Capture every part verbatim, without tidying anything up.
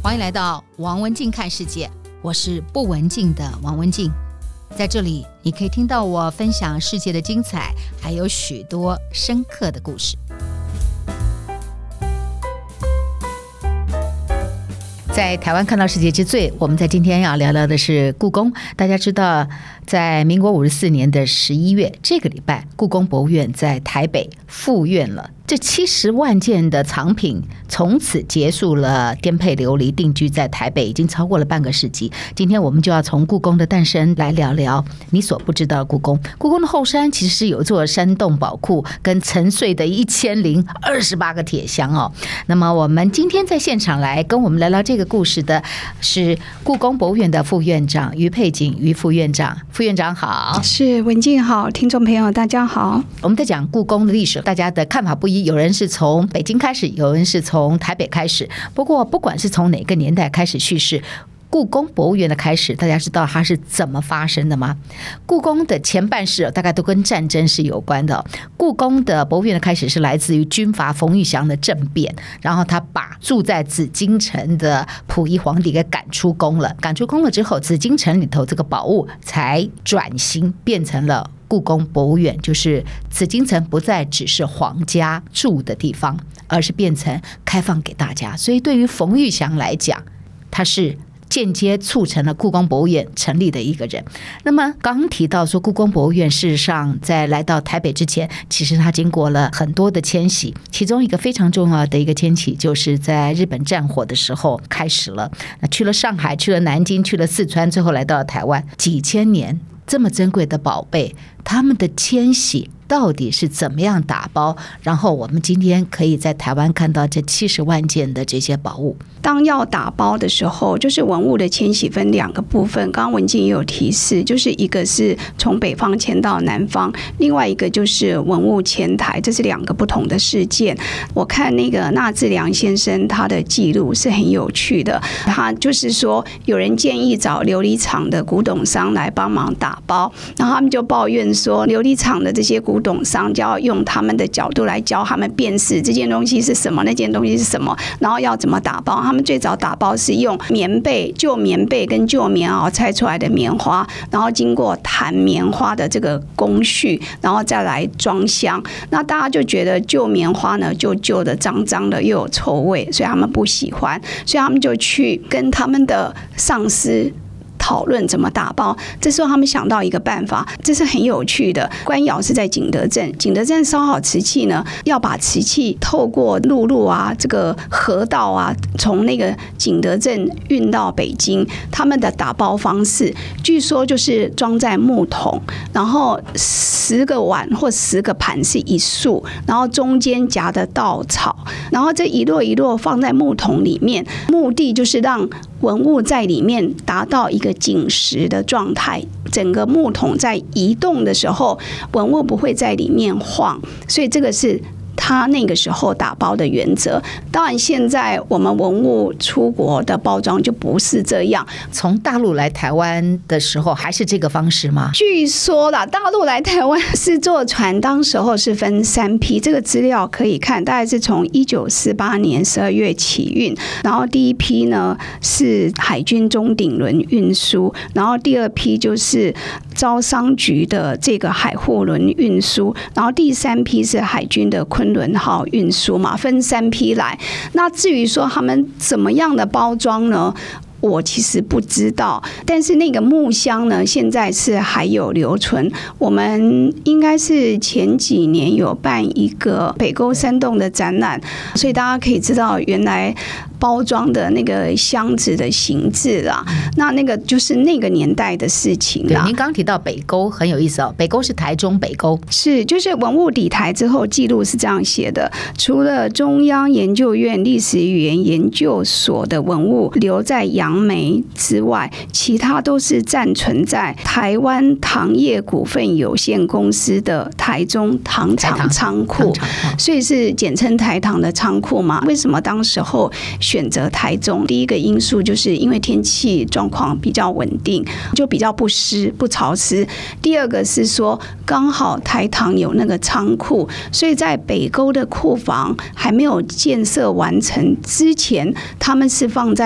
欢迎来到王文静看世界，我是不文静的王文静。在这里你可以听到我分享世界的精彩，还有许多深刻的故事。在台湾看到世界之最，我们在今天要聊聊的是故宫。大家知道，在民国五十四年的十一月，这个礼拜，故宫博物院在台北复院了。这七十万件的藏品从此结束了颠沛流离，定居在台北已经超过了半个世纪。今天我们就要从故宫的诞生来聊聊你所不知道的故宫。故宫的后山其实是有一座山洞宝库跟沉睡的一千零二十八个铁箱哦。那么我们今天在现场来跟我们聊聊这个故事的是故宫博物院的副院长于佩瑾于副院长。副院长好。 是，文静好，听众朋友大家好。 我们在讲故宫的历史，大家的看法不一，有人是从北京开始，有人是从台北开始。不过不管是从哪个年代开始叙事，故宫博物院的开始，大家知道它是怎么发生的吗？故宫的前半世大概都跟战争是有关的。故宫的博物院的开始是来自于军阀冯玉祥的政变，然后他把住在紫禁城的溥仪皇帝给赶出宫了。赶出宫了之后，紫禁城里头这个宝物才转型变成了故宫博物院，就是紫禁城不再只是皇家住的地方，而是变成开放给大家。所以对于冯玉祥来讲，他是间接促成了故宫博物院成立的一个人。那么刚提到说，故宫博物院事实上在来到台北之前，其实它经过了很多的迁徙，其中一个非常重要的一个迁徙就是在日本战火的时候开始了。那去了上海，去了南京，去了四川，最后来到了台湾。几千年这么珍贵的宝贝，他们的迁徙到底是怎么样打包？然后我们今天可以在台湾看到这七十万件的这些宝物。 当要打包的时候，就是文物的迁徙分两个部分，刚刚文静也有提示，就是一个是从北方迁到南方，另外一个就是文物迁台，这是两个不同的事件。我看那个纳智良先生他的记录是很有趣的，他就是说有人建议找琉璃厂的古董商来帮忙打包，然后他们就抱怨说琉璃厂的这些古董商就要用他们的角度来教他们辨识这件东西是什么，那件东西是什么，然后要怎么打包。他们最早打包是用棉被、旧棉被跟旧棉袄拆出来的棉花，然后经过弹棉花的这个工序，然后再来装箱。那大家就觉得旧棉花呢旧旧的、脏脏的，又有臭味，所以他们不喜欢，所以他们就去跟他们的上司讨论怎么打包。这时候他们想到一个办法，这是很有趣的。官窑是在景德镇，景德镇烧好瓷器呢，要把瓷器透过陆路啊、这个河道啊，从那个景德镇运到北京。他们的打包方式，据说就是装在木桶，然后十个碗或十个盘是一束，然后中间夹的稻草，然后这一摞一摞放在木桶里面，目的就是让文物在里面达到一个紧实的状态，整个木桶在移动的时候，文物不会在里面晃，所以这个是他那个时候打包的原则。当然现在我们文物出国的包装就不是这样。 从大陆来台湾的时候还是这个方式吗？ 据说啦，大陆来台湾是坐船，当时候是分三批，这个资料可以看，大概是从一九四八年十二月起运，然后第一批呢是海军中鼎轮运输，然后第二批就是招商局的这个海护轮运输，然后第三批是海军的昆轮号运输嘛，分三批来。那至于说他们怎么样的包装呢？我其实不知道，但是那个木箱呢，现在是还有留存。我们应该是前几年有办一个北沟山洞的展览，所以大家可以知道原来包装的那个箱子的形制啦，那那个就是那个年代的事情啦。 对，您刚提到北沟很有意思哦，北沟是台中北沟， 是就是文物抵台之后记录是这样写的：除了中央研究院历史语言研究所的文物留在杨梅之外，其他都是暂存在台湾糖业股份有限公司的台中糖厂仓库，所以是简称台糖的仓库嘛。为什么当时候选择台中？第一个因素就是因为天气状况比较稳定，就比较不湿不潮湿。第二个是说刚好台糖有那个仓库，所以在北沟的库房还没有建设完成之前，他们是放在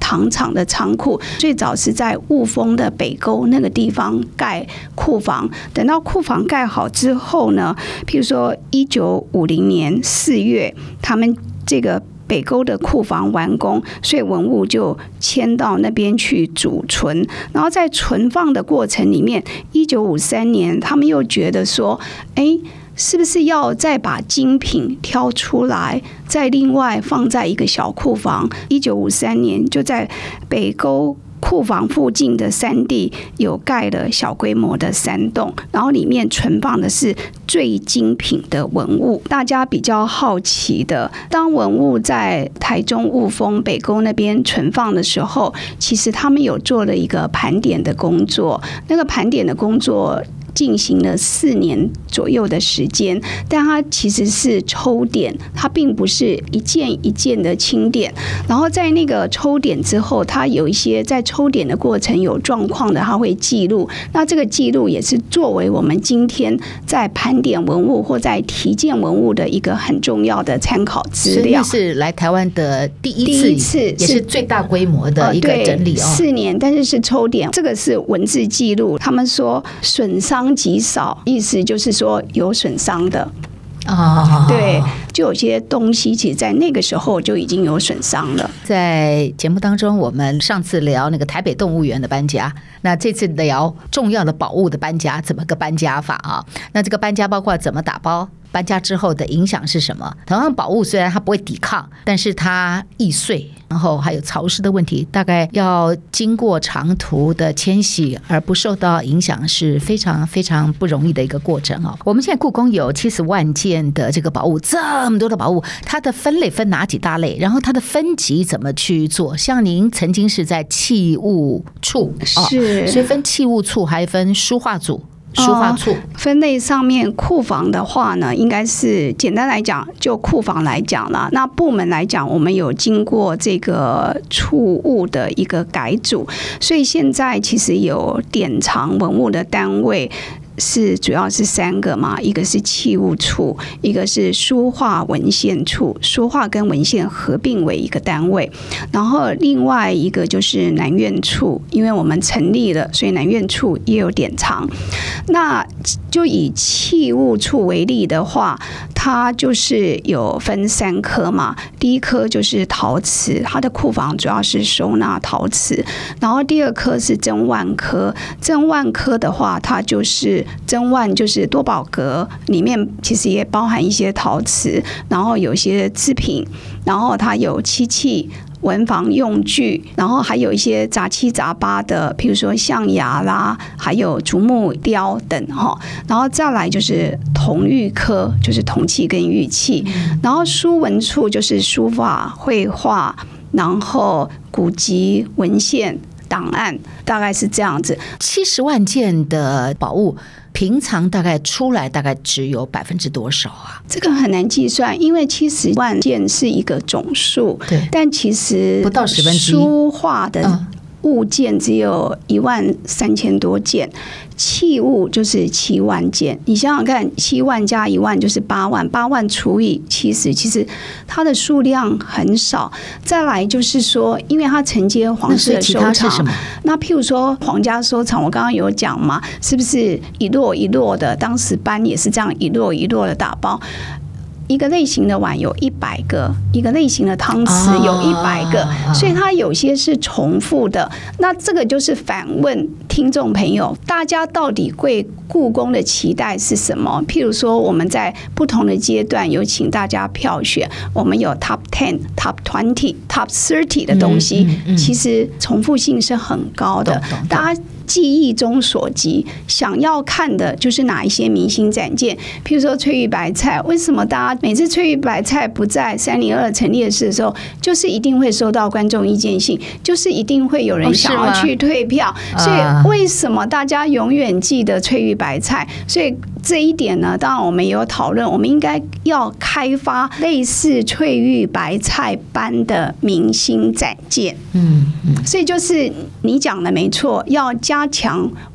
糖厂的仓库，最早是在雾峰的北沟那个地方盖库房。等到库房盖好之后呢，譬如说一九五零年四月，他们这个北沟的库房完工，所以文物就迁到那边去储存。然后在存放的过程里面，一九五三年他们又觉得说，哎，是不是要再把精品挑出来，再另外放在一个小库房？一九五三年就在北沟库房附近的山地有盖了小规模的山洞，然后里面存放的是最精品的文物。大家比较好奇的，当文物在台中雾峰北沟那边存放的时候，其实他们有做了一个盘点的工作，那个盘点的工作进行了四年左右的时间，但它其实是抽点，它并不是一件一件的清点。然后在那个抽点之后，它有一些在抽点的过程有状况的，它会记录。那这个记录也是作为我们今天在盘点文物或在提荐文物的一个很重要的参考资料。 所以是来台湾的第一次， 第一次也是最大规模的一个整理哦。 四年，但是是抽点，这个是文字记录。他们说损伤极少，意思就是说有损伤的。 哦， 对，就有些东西其实在那个时候就已经有损伤了。 在节目当中，我们上次聊那个台北动物园的搬家，那这次聊重要的宝物的搬家，怎么个搬家法啊？那这个搬家包括怎么打包，搬家之后的影响是什么？同样宝物虽然它不会抵抗，但是它易碎，然后还有潮湿的问题，大概要经过长途的迁徙而不受到影响，是非常非常不容易的一个过程哦。我们现在故宫有七十万件的这个宝物，这么多的宝物，它的分类分哪几大类？然后它的分级怎么去做？像您曾经是在器物处， 是， 哦，所以分器物处还分书画组。书画处， 哦，分类上面，库房的话呢，应该是简单来讲，就库房来讲啦。那部门来讲，我们有经过这个处务的一个改组，所以现在其实有典藏文物的单位。是主要是三个嘛，一个是器物处，一个是书画文献处，书画跟文献合并为一个单位，然后另外一个就是南院处，因为我们成立了，所以南院处也有典藏。那就以器物处为例的话，它就是有分三科嘛，第一科就是陶瓷，它的库房主要是收纳陶瓷，然后第二科是珍玩科，珍玩科的话，它就是珍玩就是多宝格里面其实也包含一些陶瓷，然后有些制品，然后它有漆器。文房用具，然后还有一些杂七杂八的，譬如说象牙啦，还有竹木雕等哈。然后再来就是铜玉科，就是铜器跟玉器。然后书文处就是书法、绘画，然后古籍、文献、档案，大概是这样子。 七十万件的宝物。平常大概出来大概只有百分之多少啊？ 这个很难计算，因为七十万件是一个总数， 对， 但其实不到十分之一。 书画的物件只有一万三千多件，器物就是七万件。你想想看，七万加一万就是八万，八万除以七十，其实它的数量很少。再来就是说，因为它承接皇室的收藏，那譬如说皇家收藏，我刚刚有讲嘛，是不是一摞一摞的？当时搬也是这样一摞一摞的打包。一个类型的碗有一百个，一个类型的汤匙有一百个，哦，所以它有些是重复的。那这个就是反问听众朋友，大家到底对故宫的期待是什么？譬如说，我们在不同的阶段有请大家票选，我们有 top ten、top twenty、top thirty 的东西，嗯嗯嗯，其实重复性是很高的，大家记忆中所及，想要看的就是哪一些明星展件，譬如说翠玉白菜，为什么大家每次翠玉白菜不在三零二陈列室的时候，就是一定会收到观众意见信，就是一定会有人想要去退票，哦，所以为什么大家永远记得翠玉白菜？所以这一点呢，当然我们也有讨论，我们应该要开发类似翠玉白菜般的明星展件。嗯嗯，所以就是你讲的没错，要加强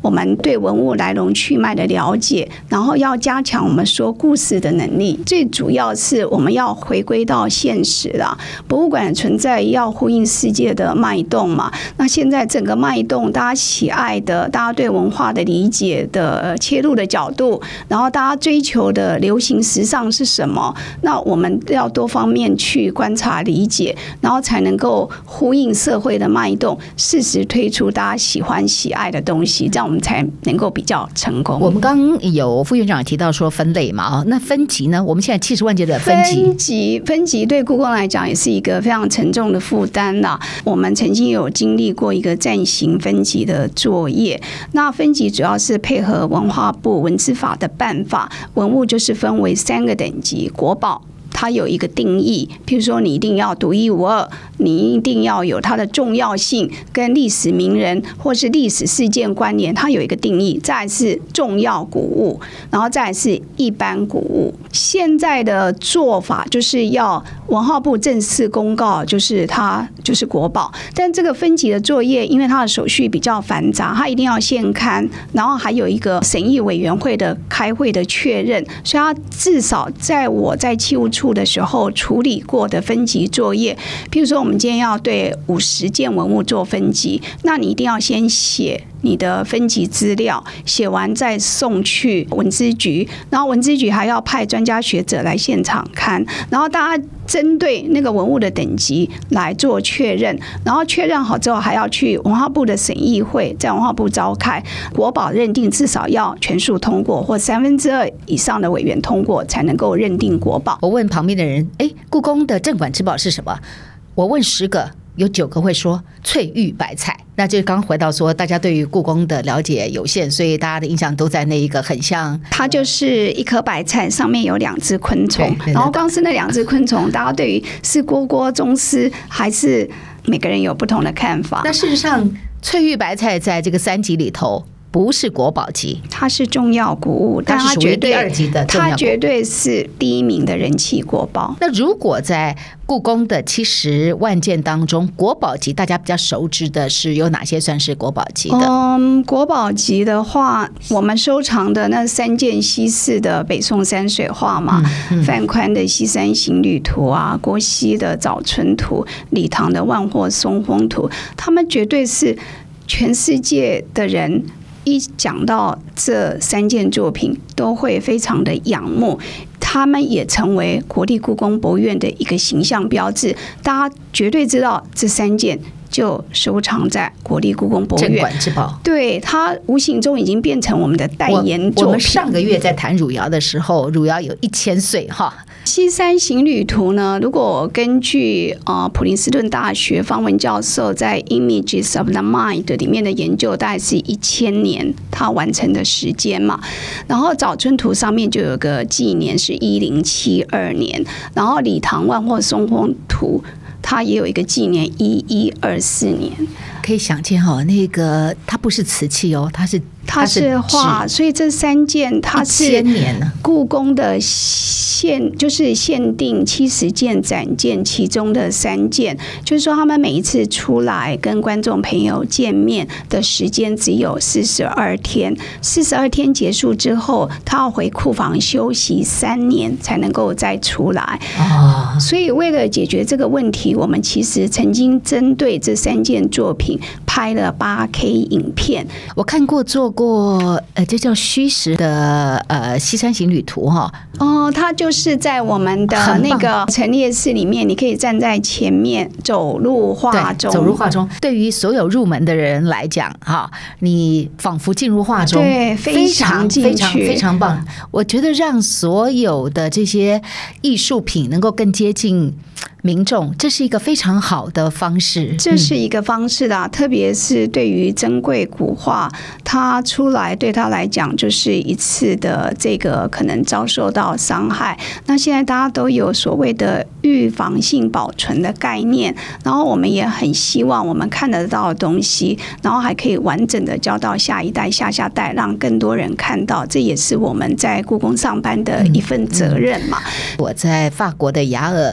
我们对文物来龙去脉的了解，然后要加强我们说故事的能力。最主要是我们要回归到现实啦，博物馆存在要呼应世界的脉动嘛。那现在整个脉动，大家喜爱的，大家对文化的理解的切入的角度，然后大家追求的流行时尚是什么？那我们要多方面去观察理解，然后才能够呼应社会的脉动，适时推出大家喜欢喜爱的东西，这样我们才能够比较成功。 我们刚刚有副院长提到说分类嘛，哦，那分级呢？我们现在七十万件的分级， 分级分级对故宫来讲也是一个非常沉重的负担啦。我们曾经有经历过一个暂行分级的作业，那分级主要是配合文化部文资法的办法，文物就是分为三个等级，国宝它有一个定义，譬如说你一定要独一无二，你一定要有它的重要性跟历史名人或是历史事件关联，它有一个定义。再来是重要古物，然后再来是一般古物。现在的做法就是要文化部正式公告，就是它就是国宝，但这个分级的作业因为它的手续比较繁杂，它一定要现刊，然后还有一个审议委员会的开会的确认，所以它至少在我在器物处的时候处理过的分级作业，譬如说我们今天要对五十件文物做分级，那你一定要先写你的分级资料，写完再送去文资局，然后文资局还要派专家学者来现场看，然后大家针对那个文物的等级来做确认，然后确认好之后还要去文化部的审议会，在文化部召开，国宝认定至少要全数通过或三分之二以上的委员通过才能够认定国宝。 我问旁边的人，哎，故宫的镇馆之宝是什么？我问十个，有九个会说翠玉白菜。那就刚回到说，大家对于故宫的了解有限，所以大家的印象都在那一个很像， 它就是一颗白菜，上面有两只昆虫，然后光是那两只昆虫，大家对于是蝈蝈、螽斯，还是每个人有不同的看法。 那事实上，翠玉白菜在这个三级里头不是国宝级， 它是重要古物， 但它绝对第二级的重要古物， 它绝对是第一名的人气国宝。 那如果在故宫的七十万件当中，国宝级大家比较熟知的是有哪些算是国宝级的？ 嗯，国宝级的话，我们收藏的那三件西式的北宋山水画嘛，嗯嗯、范宽的《西山行旅图》啊，郭熙的《早春图》，李唐的《万壑松风图》，他们绝对是全世界的人一讲到这三件作品都会非常的仰慕，他们也成为国立故宫博物院的一个形象标志，大家绝对知道这三件就收藏在国立故宫博物院， 镇馆之宝。 对，它无形中已经变成我们的代言作品。 我, 我们上个月在谈汝窑的时候，汝窑有一千岁哈。 西山行旅图呢，如果根据呃普林斯顿大学方文教授在 Images of the Mind 里面的研究，大概是一千年他完成的时间嘛。然后早春图上面就有个纪年是一零七二年，然后李唐万壑松风图它也有一个纪年一一二四年。 可以想见哈，那个它不是瓷器哦，它是它是画，所以这三件它是故宫的限，就是限定七十件展件，其中的三件，就是说他们每一次出来跟观众朋友见面的时间只有四十二天，四十二天结束之后，他要回库房休息三年才能够再出来。哦，所以为了解决这个问题，我们其实曾经针对这三件作品拍了 八 K 影片。 我看过做过呃，这叫虚实的呃西山行旅图哈。 哦，它就是在我们的那个陈列室里面，你可以站在前面走入画中， 走入画中。对于所有入门的人来讲哈，你仿佛进入画中， 对，非常非常非常棒。我觉得让所有的这些艺术品能够更接近民众，这是一个非常好的方式， 这是一个方式啦。嗯、特别是对于珍贵古画，它出来对它来讲就是一次的这个可能遭受到伤害。那现在大家都有所谓的预防性保存的概念，然后我们也很希望我们看得到的东西，然后还可以完整的交到下一代、下下代，让更多人看到。这也是我们在故宫上班的一份责任嘛。 嗯嗯、我在法国的雅尔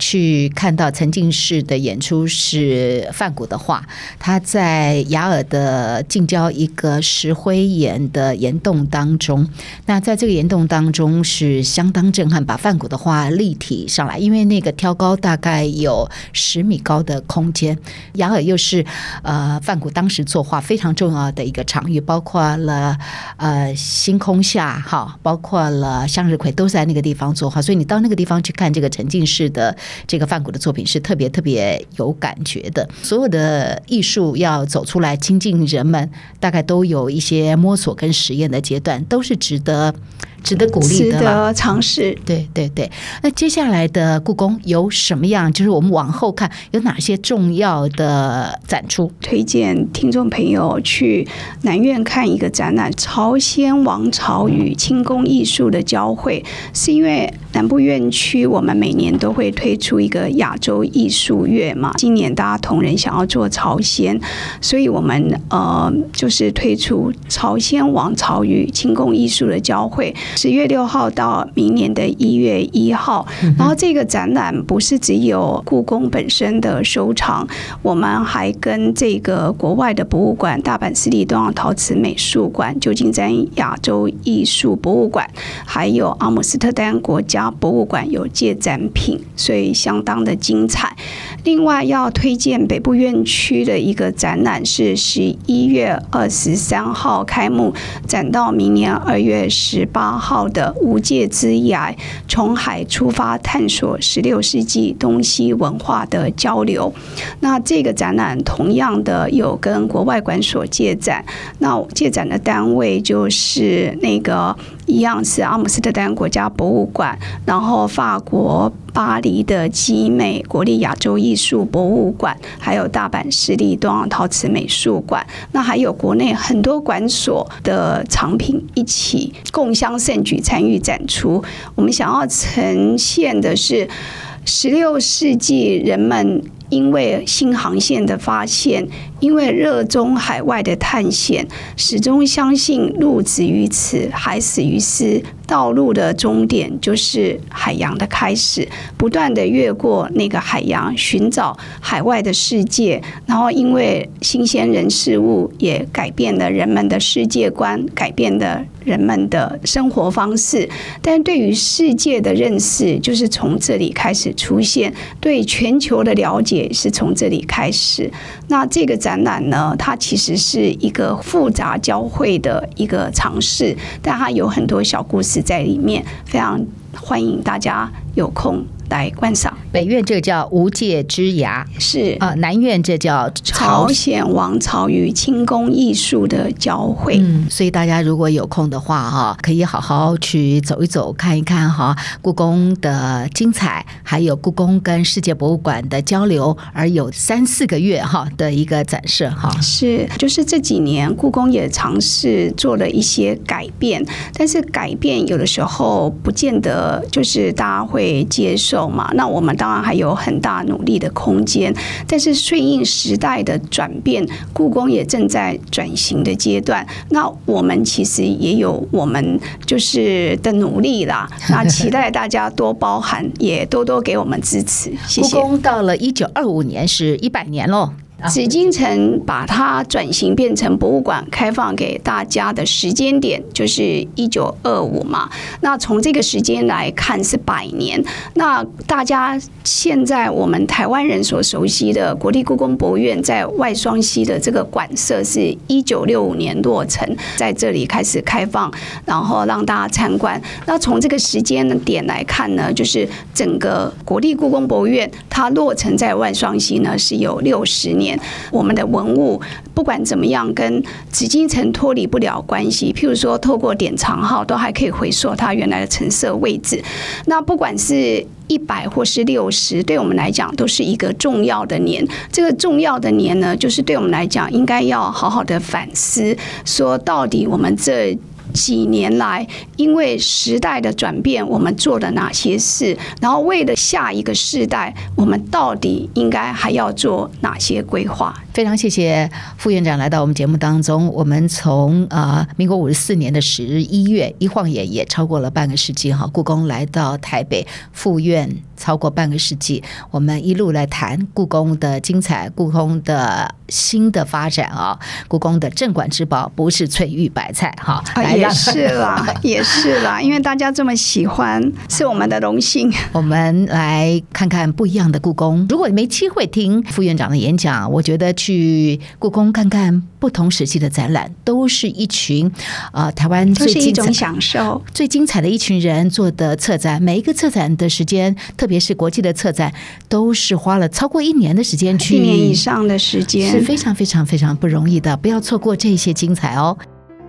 去看到沉浸式的演出是梵谷的画，他在雅尔的近郊一个石灰岩的岩洞当中，那在这个岩洞当中是相当震撼，把梵谷的画立体上来，因为那个挑高大概有十米高的空间，雅尔又是呃梵谷当时作画非常重要的一个场域，包括了呃星空下哈，包括了向日葵都在那个地方作画，所以你到那个地方去看这个沉浸式的这个梵谷的作品是特别特别有感觉的。所有的艺术要走出来亲近人们，大概都有一些摸索跟实验的阶段，都是值得值得鼓励的， 值得尝试。 对对对。那接下来的故宫有什么样？就是我们往后看有哪些重要的展出？ 推荐听众朋友去南院看一个展览《朝鲜王朝与清宫艺术的交汇》，是因为南部院区我们每年都会推出一个亚洲艺术月嘛，今年大家同仁想要做朝鲜，所以我们呃就是推出朝鲜王朝与清宫艺术的交汇，十月六号到明年的一月一号。然后这个展览不是只有故宫本身的收藏，我们还跟这个国外的博物馆大阪市立东洋陶瓷美术馆、旧金山亚洲艺术博物馆还有阿姆斯特丹国家博物馆有借展品，所以相当的精彩。另外要推荐北部院区的一个展览是十一月二十三号开幕，展到明年二月十八号的无界之崖，从海出发探索十六世纪东西文化的交流。那这个展览同样的有跟国外馆所借展，那借展的单位就是那个一样是阿姆斯特丹国家博物馆，然后法国巴黎的基美国立亚洲艺术博物馆，还有大阪市立东洋陶瓷美术馆，那还有国内很多馆所的藏品一起共襄盛举参与展出。我们想要呈现的是十六世纪人们因为新航线的发现，因为热衷海外的探险，始终相信路止于此，海始于斯，道路的终点就是海洋的开始，不断的越过那个海洋，寻找海外的世界。然后因为新鲜人事物也改变了人们的世界观，改变了人们的生活方式，但对于世界的认识就是从这里开始出现，对全球的了解是从这里开始。那这个展览呢，它其实是一个复杂交汇的一个尝试，但它有很多小故事在里面，非常欢迎大家有空来观赏。 北院这个叫无界之崖， 是啊、呃，南院这叫朝鲜王朝与清宫艺术的交汇。 嗯，所以大家如果有空的话哈，可以好好去走一走，看一看哈，故宫的精彩，还有故宫跟世界博物馆的交流，而有三四个月哈的一个展示哈。 是，就是这几年故宫也尝试做了一些改变，但是改变有的时候不见得就是大家会接受嘛。那我们当然还有很大努力的空间，但是顺应时代的转变，故宫也正在转型的阶段。那我们其实也有我们就是的努力啦。那期待大家多包涵，也多多给我们支持。谢谢。 故宫到了一九二五年是一百年喽。 紫禁城把它转型变成博物馆，开放给大家的时间点就是一九二五嘛。那从这个时间来看是百年。那大家现在我们台湾人所熟悉的国立故宫博物院在外双溪的这个馆舍是一九六五年落成，在这里开始开放，然后让大家参观。那从这个时间点来看呢，就是整个国立故宫博物院它落成在外双溪呢是有六十年。我们的文物不管怎么样跟紫禁城脱离不了关系，譬如说透过典藏号都还可以回溯它原来的陈设位置。那不管是一百或是六十，对我们来讲都是一个重要的年。这个重要的年呢，就是对我们来讲应该要好好的反思，说到底我们这几年来因为时代的转变，我们做了哪些事，然后为了下一个世代我们到底应该还要做哪些规划。 非常谢谢副院长来到我们节目当中。我们从呃民国五十四年的十一月，一晃眼也超过了半个世纪哈。故宫来到台北，副院超过半个世纪，我们一路来谈故宫的精彩，故宫的新的发展啊，故宫的镇馆之宝不是翠玉白菜哈、 啊，也是啦，也是啦，因为大家这么喜欢，是我们的荣幸。 我们来看看不一样的故宫。如果你没机会听副院长的演讲，我觉得去故宫看看不同时期的展览，都是一群呃台湾最精彩、 都是一种享受、 最精彩的一群人做的策展。每一个策展的时间，特别是国际的策展，都是花了超过一年的时间去， 一年以上的时间， 是非常非常非常不容易的。不要错过这些精彩哦。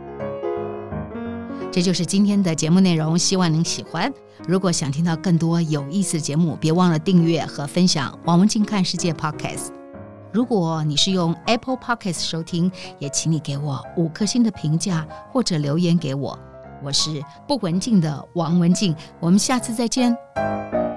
这就是今天的节目内容，希望您喜欢。如果想听到更多有意思的节目，别忘了订阅和分享王文静看世界 Podcast。 如果你是用 Apple Podcast 收听，也请你给我五颗星的评价或者留言给我。我是不文静的王文静，我们下次再见。